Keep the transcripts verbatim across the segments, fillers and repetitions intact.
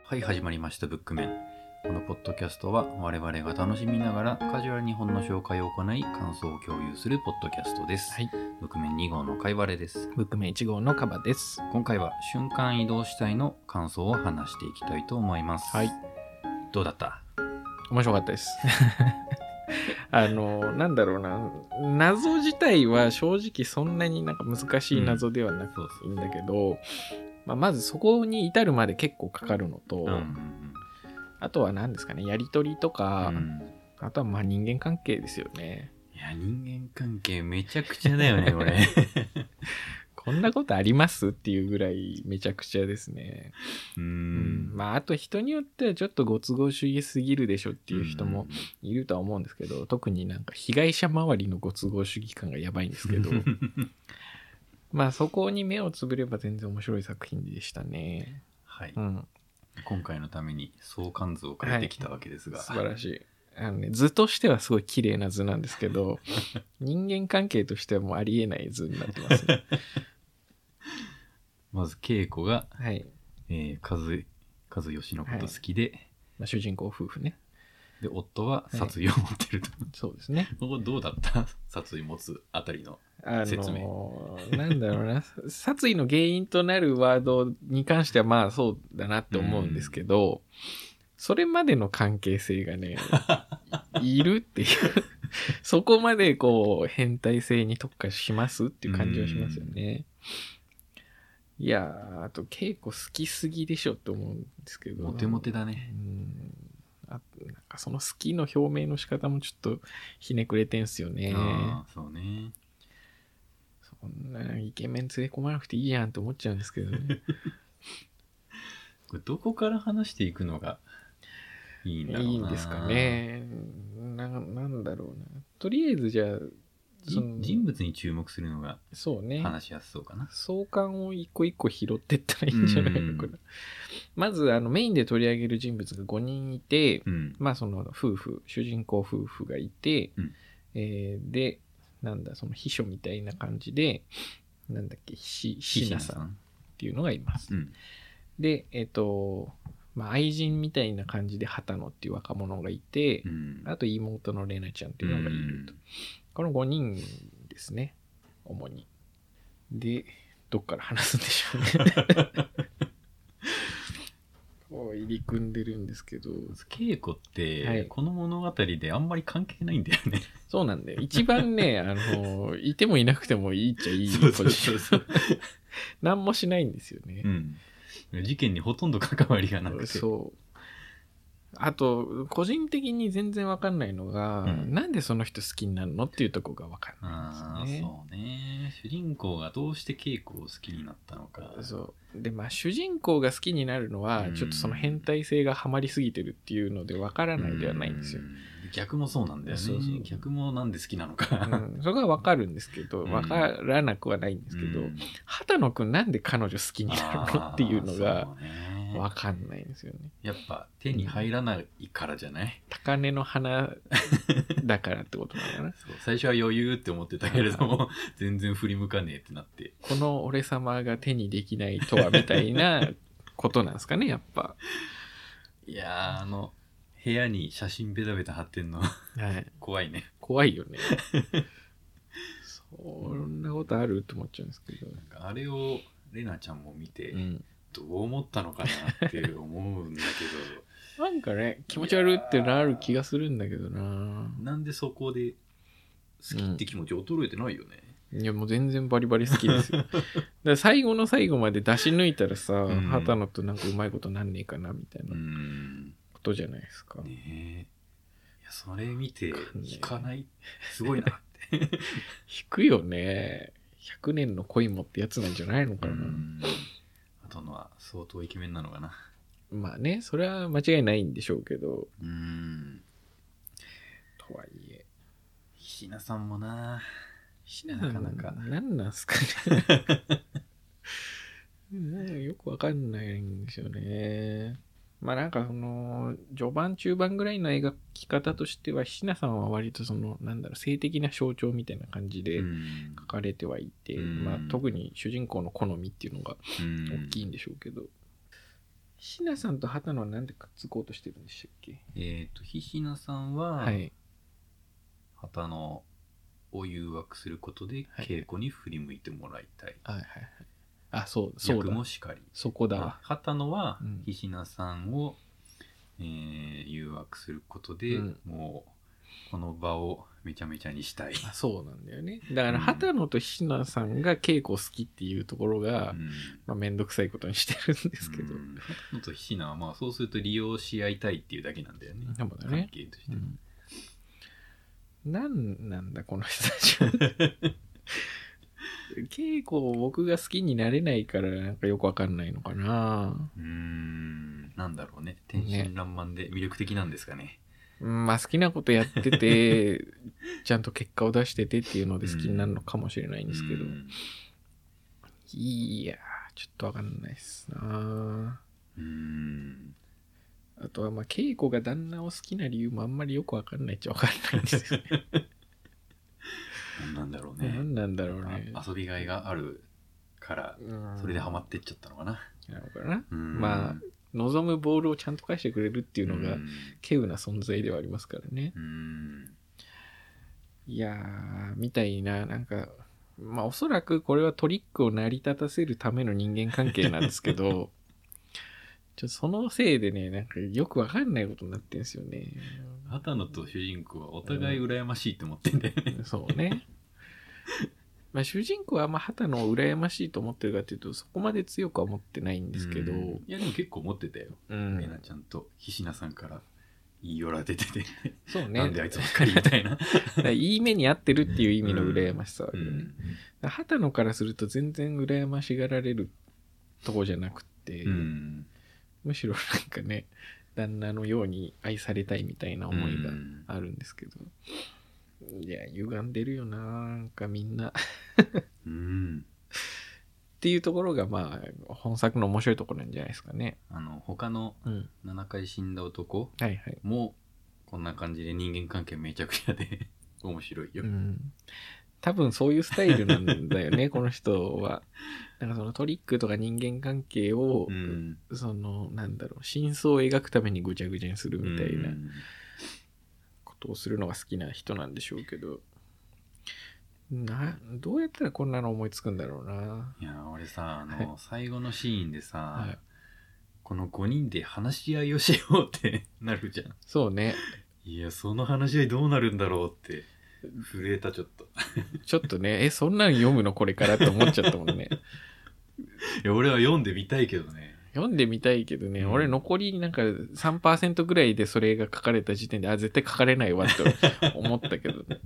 はい、始まりましたブックメン。このポッドキャストは我々が楽しみながらカジュアルに本の紹介を行い感想を共有するポッドキャストです。 はい、 ブックメンに号のかいわれです。 ブックメンいち号のカバです。 今回は瞬間移動死体の感想を話していきたいと思います。 はい。 どうだった？ 面白かったです。あの、なんだろうな、謎自体は正直そんなになんか難しい謎ではなくていいんだけど、うんまあ、まずそこに至るまで結構かかるのと、 うんうんうん、 あとは何ですかね、やりとりとか、うん、あとはまあ人間関係ですよね。 いや、人間関係めちゃくちゃだよね、これ。 こんなことありますっていうぐらいめちゃくちゃですね。 うーん、うん、 まああと人によってはちょっとご都合主義すぎるでしょっていう人もいるとは思うんですけど、うん、特になんか被害者周りのご都合主義感がやばいんですけどまあそこに目をつぶれば全然面白い作品でしたね。 はい、 うん、 今回のために相関図を変えてきたわけですが、 はい、素晴らしい。あのね、図としてはすごい綺麗な図なんですけど人間関係としてはもうありえない図になってますね。 まず恵子が、 はいえー、和和義のこと好きで、はいまあ、主人公夫婦ね。 で夫は殺意を持ってると、はい、 そうですね。 ここどうだった殺意持つあたりの説明、 あのー、なんだろうな殺意の原因となるワードに関してはまあそうだなって思うんですけど、それまでの関係性がねいるっていうそこまでこう変態性に特化しますっていう感じはしますよね。いやーあと稽古好きすぎでしょって思うんですけど、 モテモテだね。 うんあなんかその好きの表明の仕方もちょっとひねくれてんすよね。 ああそうね。 そんなイケメン連れ込まなくていいやんって思っちゃうんですけどね。 これどこから話していくのがいいんだろうな。 いいんですかね。な、なんだろうな。とりあえずじゃあその人物に注目するのが話しやすそうかな。 相関を一個一個拾ってったらいいんじゃないのかな。まずあのメインで取り上げる人物がごにんいて、うん、まあその夫婦主人公夫婦がいて、うんえー、でなんだその秘書みたいな感じでなんだっけひなさんっていうのがいます。うん、でえっ、ー、とまあ、愛人みたいな感じで畑野っていう若者がいて、うん、あと妹の玲奈ちゃんっていうのがいると、うん、このごにんですね主に。でどっから話すんでしょうねこう入り組んでるんですけど、 稽古ってこの物語であんまり関係ないんだよね、はい、 そうなんだよ。一番ねあのいてもいなくてもいいっちゃいいポジション何もしないんですよね、 うん事件にほとんど関わりがなくて。 そうあと個人的に全然わかんないのが、うん、なんでその人好きになるのっていうところがわかんないですね。 あそうね主人公がどうして稽古を好きになったのか。 そうでまあ主人公が好きになるのは、うん、ちょっとその変態性がハマりすぎてるっていうのでわからないではないんですよ。 逆もそうなんだよね。そうそう逆もなんで好きなのか、 うん、それはわかるんですけどわからなくはないんですけど、うん、畑野くんなんで彼女好きになるのっていうのがわかんないんですよね。 やっぱ手に入らないからじゃない、うん、 高嶺の花だからってことなのかなそう最初は余裕って思ってたけれども全然振り向かねえってなってこの俺様が手にできないとはみたいなことなんですかねやっぱ。 いやあの部屋に写真ベタベタ貼ってんの、はい、怖いね。 怖いよねそんなことあると思っちゃうんですけど、 なんかあれをレナちゃんも見て、うん、どう思ったのかなって思うんだけどなんかね気持ち悪いってなる気がするんだけどな。 なんでそこで好きって気持ち衰えてないよね、 うん、いやもう全然バリバリ好きですよだから最後の最後まで出し抜いたらさ、うん、畑野となんかうまいことなんねえかなみたいなことじゃないですか、 ね、えいやそれ見て引かない、ね、すごいなって引くよね。ひゃくねんの恋もってやつなんじゃないのかな。うんあとのは相当イケメンなのかな。 まあねそれは間違いないんでしょうけど、 うーんとはいえひなさんもなひなさんなかなか何なんすかねよくわかんないんですよね。まあなんかその序盤中盤ぐらいの描き方としてはひなさんは割とそのなんだろう性的な象徴みたいな感じで書かれてはいて、まあ特に主人公の好みっていうのが大きいんでしょうけど、 ひなさんと畑野はなんでくっつこうとしてるんでしたっけ？ えっ、ー、と、ひなさんは、 はい、 畑野を誘惑することで、稽古に振り向いてもらいたい。 はいはいはい。あ、そう、そうだ。 逆もしかり。 そこだわ。 畑野は、 うん、 ひなさんを、えー、誘惑することで、うん、もう、この場をめちゃめちゃにしたい。 あ、そうなんだよね。だから畑野とひなさんが稽古好きっていうところが、うん、まあ、めんどくさいことにしてるんですけど、うん、 畑野とひなはまあそうすると利用し合いたいっていうだけなんだよね。 そうだね。 関係として、 うん、なんなんだこの人たちは。稽古を僕が好きになれないからなんかよくわかんないのかな。 うーん、なんだろうね。天真爛漫で魅力的なんですかね。 まあ好きなことやっててちゃんと結果を出しててっていうので好きになるのかもしれないんですけど、いやーちょっとわかんないっすな。うーん、あとはまあ稽古が旦那を好きな理由もあんまりよくわかんないっちゃわかんないんですよね。 何なんだろうね。 何なんだろうね。 遊びがいがあるからそれでハマってっちゃったのかな。 なのかな。まあ望むボールをちゃんと返してくれるっていうのが稀有な存在ではありますからね。うん、いやーみたいな、なんかまあおそらくこれはトリックを成り立たせるための人間関係なんですけどちょそのせいでね、なんかよくわかんないことになってんですよね。 畑野と主人公はお互い羨ましいって思ってんだよね、 うん、そうね。まあ主人公はまあ畑野を羨ましいと思ってるかというとそこまで強くは思ってないんですけど、うん、 いやでも結構思ってたよ。レナ、うん、ちゃんとひなさんからいいよら出ててそうね。 なんであいつばっかりみたいな。 いい目に合ってるっていう意味の羨ましさはあるよね。うん、畑野からすると全然羨ましがられるとこじゃなくて、うん、むしろなんかね旦那のように愛されたいみたいな思いがあるんですけど、うん、いや歪んでるよな、なんかみんな、うん、っていうところがまあ本作の面白いところなんじゃないですかね。 あの他のななかい死んだ男もこんな感じで人間関係めちゃくちゃで面白いよ、うん、 多分そういうスタイルなんだよねこの人は。なんかそのトリックとか人間関係を、うん、そのなんだろう真相を描くためにぐちゃぐちゃにするみたいなことをするのが好きな人なんでしょうけど、などうやったらこんなの思いつくんだろうな。 いや俺さあの、はい、最後のシーンでさ、はい、このごにんで話し合いをしようってなるじゃん。 そうね。 いやその話し合いどうなるんだろうって震えた。ちょっとちょっとねえそんなん読むのこれからって思っちゃったもんね。 いや俺は読んでみたいけどね。 読んでみたいけどね、うん、俺残りなんか さんパーセント ぐらいでそれが書かれた時点であ絶対書かれないわって思ったけどね。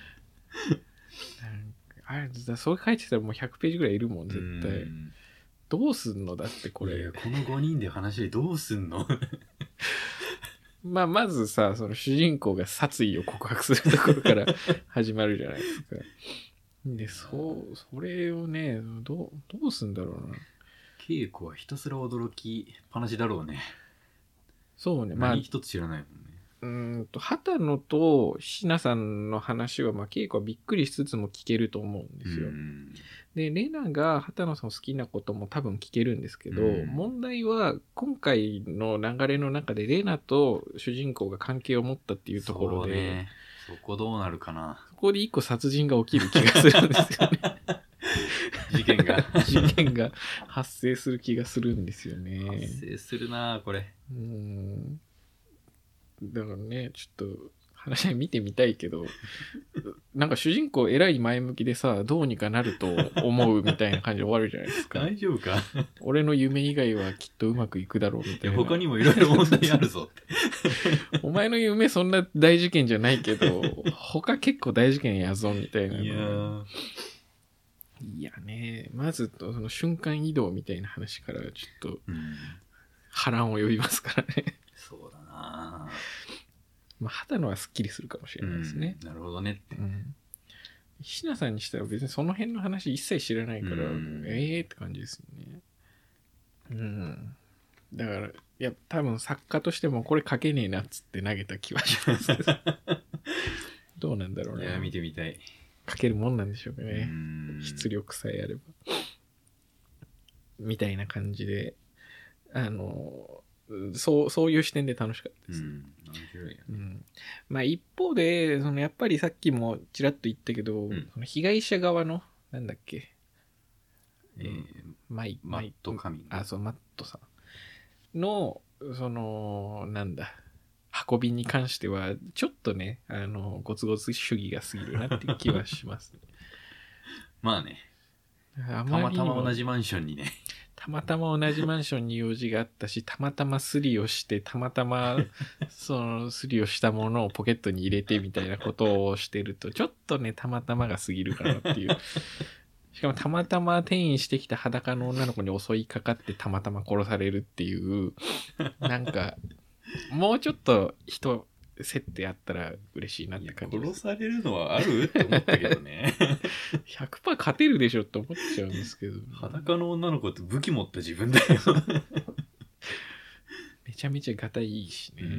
あれそれ書いてたらもうひゃくページぐらいいるもん絶対。うんどうすんのだってこれ。 いやこのごにんで話どうすんの。 まあまずさその主人公が殺意を告白するところから始まるじゃないですか。でそうそれをねどうどうすんだろうな。 稽古はひたすら驚きっぱなしだろうね。 そうね。まあ何一つ知らないもんね。 うんと畑野とひなさんの話はまあ稽古はびっくりしつつも聞けると思うんですよ。でレナが畑野さんを好きなことも多分聞けるんですけど、問題は今回の流れの中でレナと主人公が関係を持ったっていうところで、そうね、 そこどうなるかな。 そこで一個殺人が起きる気がするんですよね。 事件が事件が発生する気がするんですよね。 発生するなこれ。 うんだからねちょっと話見てみたいけどなんか主人公えらい前向きでさどうにかなると思うみたいな感じで終わるじゃないですか。 大丈夫か。 俺の夢以外はきっとうまくいくだろうみたいな。 他にもいろいろ問題あるぞってお前の夢そんな大事件じゃないけど他結構大事件やぞみたいな。 いやーいやねまずその瞬間移動みたいな話からちょっと波乱を呼びますからね。 そうだな。 まあ畑野はすっきりするかもしれないですね。 うん、なるほどねって。 ひなさんにしたら別にその辺の話一切知らないから、うん、ええー、って感じですよね。うん。だからいや多分作家としてもこれ書けねえなっつって投げた気はしますけど。どうなんだろうね。 いや見てみたい。 書けるもんなんでしょうかね。出力さえあれば。みたいな感じで。 あのそうそういう視点で楽しかったです。 うん、面白いよね。 うん、まあ一方でそのやっぱりさっきもちらっと言ったけど、うん、その被害者側のなんだっけ、 えー、マイマットカミング、 あ、そうマットさんのそのなんだ運びに関してはちょっとねあのゴツゴツ主義が過ぎるなっていう気はします、ね、 まあね、たまたま同じマンションにねたまたま同じマンションに用事があったし、たまたまスリをしてたまたまそのスリをしたものをポケットに入れてみたいなことをしてるとちょっとねたまたまが過ぎるかなっていうしかもたまたま転移してきた裸の女の子に襲いかかってたまたま殺されるっていうなんかもうちょっと人設定あったら嬉しいなって感じです。 殺されるのはあるって思ったけどねひゃくパーセント 勝てるでしょって思っちゃうんですけど、 裸の女の子って武器持った自分だよめちゃめちゃガタいいしね、うん、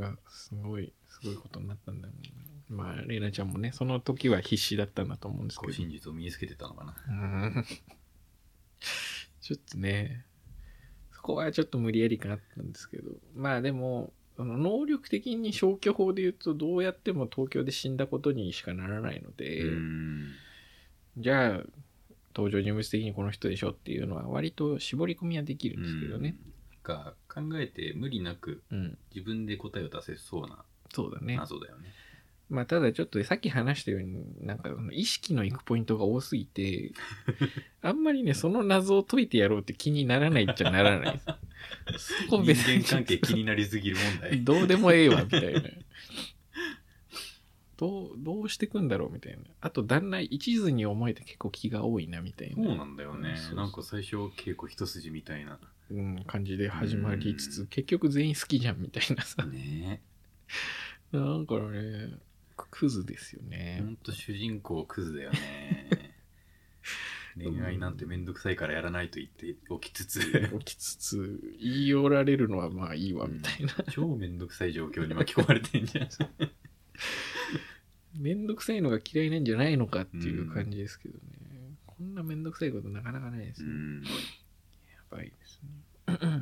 なんかすごいすごいことになったんだよね。まあレイナちゃんもねその時は必死だったんだと思うんですけど、 真実を身につけてたのかな。 うんちょっとねそこはちょっと無理やりかなったんですけど、まあでも能力的に消去法で言うとどうやっても東京で死んだことにしかならないので、うーんじゃあ登場人物的にこの人でしょっていうのは割と絞り込みはできるんですけどね。 か考えて無理なく自分で答えを出せそうな謎だよね。 うん、まあただちょっとさっき話したようになんか意識のいくポイントが多すぎてあんまりねその謎を解いてやろうって気にならないっちゃならないです。 そこ別に人間関係気になりすぎる問題どうでもええわみたいなどうどうしてくんだろうみたいな。あと旦那一途に思えて結構気が多いなみたいな。 そうなんだよね。そうそうなんか最初稽古一筋みたいな、 うん、感じで始まりつつ結局全員好きじゃんみたいなさね。 なんかねクズですよね。 ほんと主人公クズだよね恋愛なんてめんどくさいからやらないと言っておきつつおきつつ言い寄られるのはまあいいわみたいな、 うん、超めんどくさい状況に巻き込まれてんじゃんめんどくさいのが嫌いなんじゃないのかっていう感じですけどね、うん、こんなめんどくさいことなかなかないですね、うん、やばいですね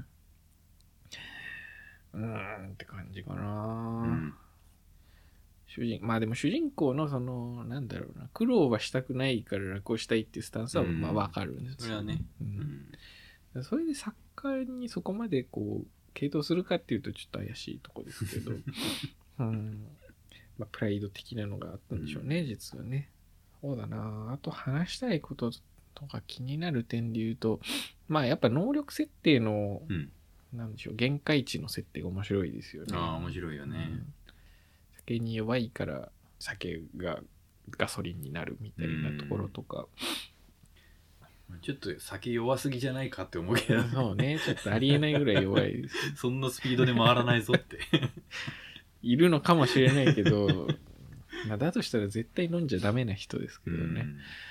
うーんって感じかな、うん、主人まあでも主人公のそのなんだろうな苦労はしたくないから楽をしたいっていうスタンスはまあわかるんですよ、 それはね、 うんうん、それで作家にそこまでこう傾倒するかっていうとちょっと怪しいとこですけど、うんまあ、プライド的なのがあったんでしょうね、うん、実はね。そうだなあと話したいこととか気になる点で言うとまあやっぱ能力設定の、うん、なんでしょう限界値の設定が面白いですよね。 ああ面白いよね、うん、 酒に弱いから酒がガソリンになるみたいなところとか、 ちょっと酒弱すぎじゃないかって思うけどそうねちょっとありえないぐらい弱いですそんなスピードで回らないぞっているのかもしれないけどまあだとしたら絶対飲んじゃダメな人ですけどね、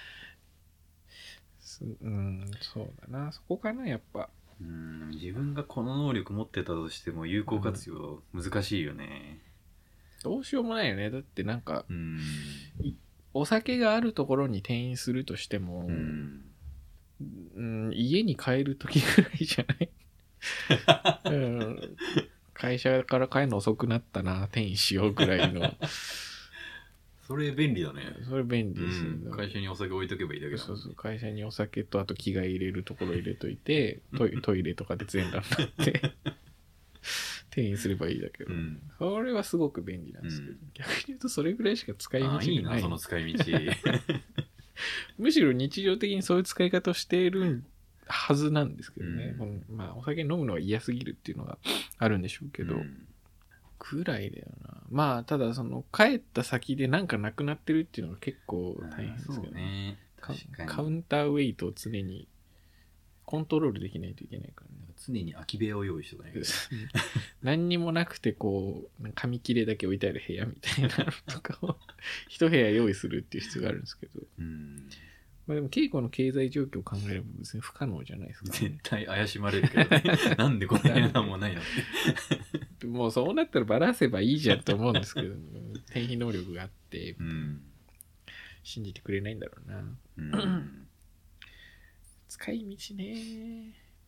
うん、うん、そうだなそこかなやっぱうん自分がこの能力持ってたとしても有効活用難しいよね、 うん、どうしようもないよねだってなんかうんお酒があるところに転院するとしても、うんうん、家に帰る時ぐらいじゃない、うん、会社から帰るの遅くなったな転移しようぐらいのそれ便利だね。 それ便利です、 うん、会社にお酒置いとけばいいだけだもん、ね、 そうそう会社にお酒とあと着替え入れるところ入れといてトイ、トイレとかで全裸になって転移すればいいだけど、うん、それはすごく便利なんですけど、うん、逆に言うとそれぐらいしか使い道がない。 いいなその使い道むしろ日常的にそういう使い方をしているはずなんですけどね、うん、まあお酒飲むのは嫌すぎるっていうのがあるんでしょうけど、うん、くらいだよな。まあただその帰った先でなんかなくなってるっていうのが結構大変ですけどね。カウンターウェイトを常にコントロールできないといけないからね。 常に空き部屋を用意しておかないと何にもなくてこう紙切れだけ置いてある部屋みたいなのとかを一部屋用意するっていう必要があるんですけど、うんまあ、でも稽古の経済状況を考えれば別に不可能じゃないですか、ね、 絶対怪しまれるけどねなんでこの部屋なんもないのってもうそうなったらばらせばいいじゃんと思うんですけど、ね、転移能力があって、うん、信じてくれないんだろうな、うん、使い道ね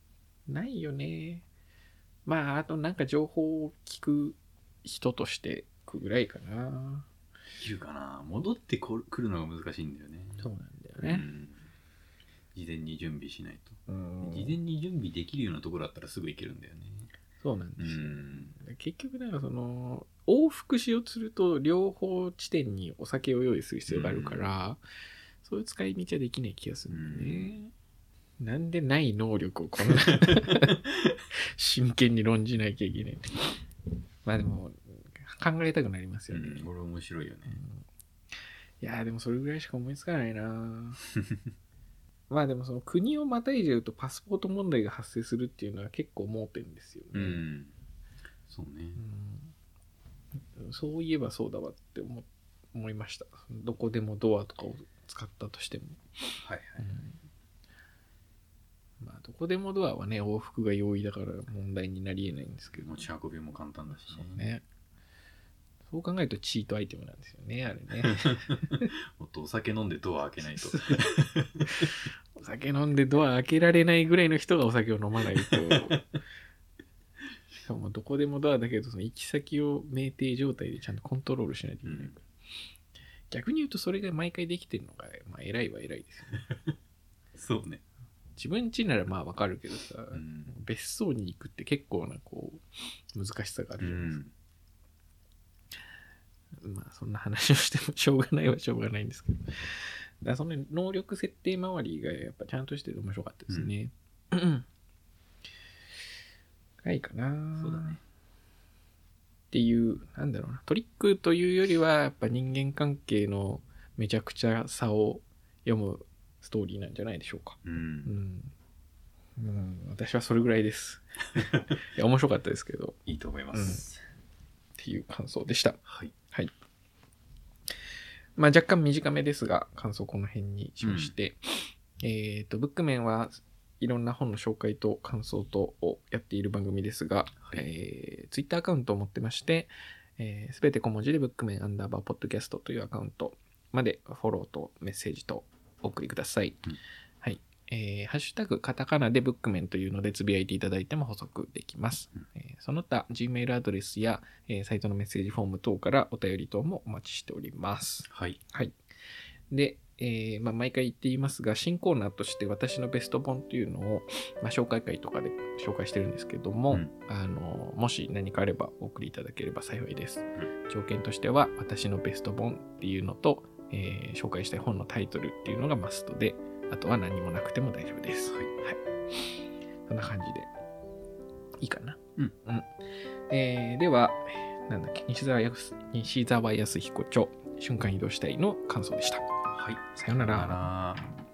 ないよね。まああとなんか情報を聞く人としてくぐらいかな。 いるかな。戻ってこ来るのが難しいんだよね。 そうなんだよね、うん、 事前に準備しないと、 うん、 事前に準備できるようなところだったらすぐ行けるんだよね。 そうなんです、うん、結局なんかその往復しようとすると両方地点にお酒を用意する必要があるから、うん、そういう使い道はできない気がするんだよね、うん、なんでない能力をこんな真剣に論じなきゃいけない。まあでも考えたくなりますよね、 うん、これ面白いよね、 うん、いやでもそれぐらいしか思いつかないなまあでもその国をまたいじゃうとパスポート問題が発生するっていうのは結構盲点ですよね、うん、 そうね、 うん、そういえばそうだわって思思いました。どこでもドアとかを使ったとしても、 はいはい、 うん、まあどこでもドアはね往復が容易だから問題になりえないんですけど、 持ち運びも簡単だしね。 そうね、そう考えるとチートアイテムなんですよね、あれね。 もっとお酒飲んでドア開けないと。 お酒飲んでドア開けられないぐらいの人がお酒を飲まないと。しかもどこでもドアだけど、その行き先を酩酊状態でちゃんとコントロールしないといけない。うん、逆に言うとそれが毎回できてるのが、まあ、偉いは偉いですよね。 そうね。 自分家ならまあわかるけどさ、うん、別荘に行くって結構なこう難しさがあるじゃないですか。うん、まあそんな話をしてもしょうがないはしょうがないんですけど、だからその能力設定周りがやっぱちゃんとしてて面白かったですね。うん、はいかな。 そうだね。 っていうなんだろうな、トリックというよりはやっぱ人間関係のめちゃくちゃ差を読むストーリーなんじゃないでしょうか。うん。うんうん、私はそれぐらいです。いや面白かったですけど。 いいと思います。 うんっていう感想でした。 はい。 はい。まあ若干短めですが、感想この辺にしまして、うん、えっと、ブックメンはいろんな本の紹介と感想とをやっている番組ですが、はい、えー、Twitter アカウントを持ってまして、す、えー、べて小文字でブックメンアンダーバーポッドキャストというアカウントまでフォローとメッセージとお送りください。うん、はい。えー、ハッシュタグカタカナでブックメンというのでつぶやいていただいても補足できます。うん、えー、その他 Gmail アドレスや、えー、サイトのメッセージフォーム等からお便り等もお待ちしております。 はい。 はい。で、えーまあ、毎回言っていますが、新コーナーとして私のベスト本というのを、まあ、紹介会とかで紹介してるんですけども、うん、あのもし何かあればお送りいただければ幸いです。うん、条件としては私のベスト本っていうのと、えー、紹介したい本のタイトルっていうのがマストで、あとは何もなくても大丈夫です。はい。はい、そんな感じでいいかな。うん。うん、えー、では、なんだっけ、西澤康、西澤康彦著、瞬間移動したいの感想でした。 はい。 さよなら。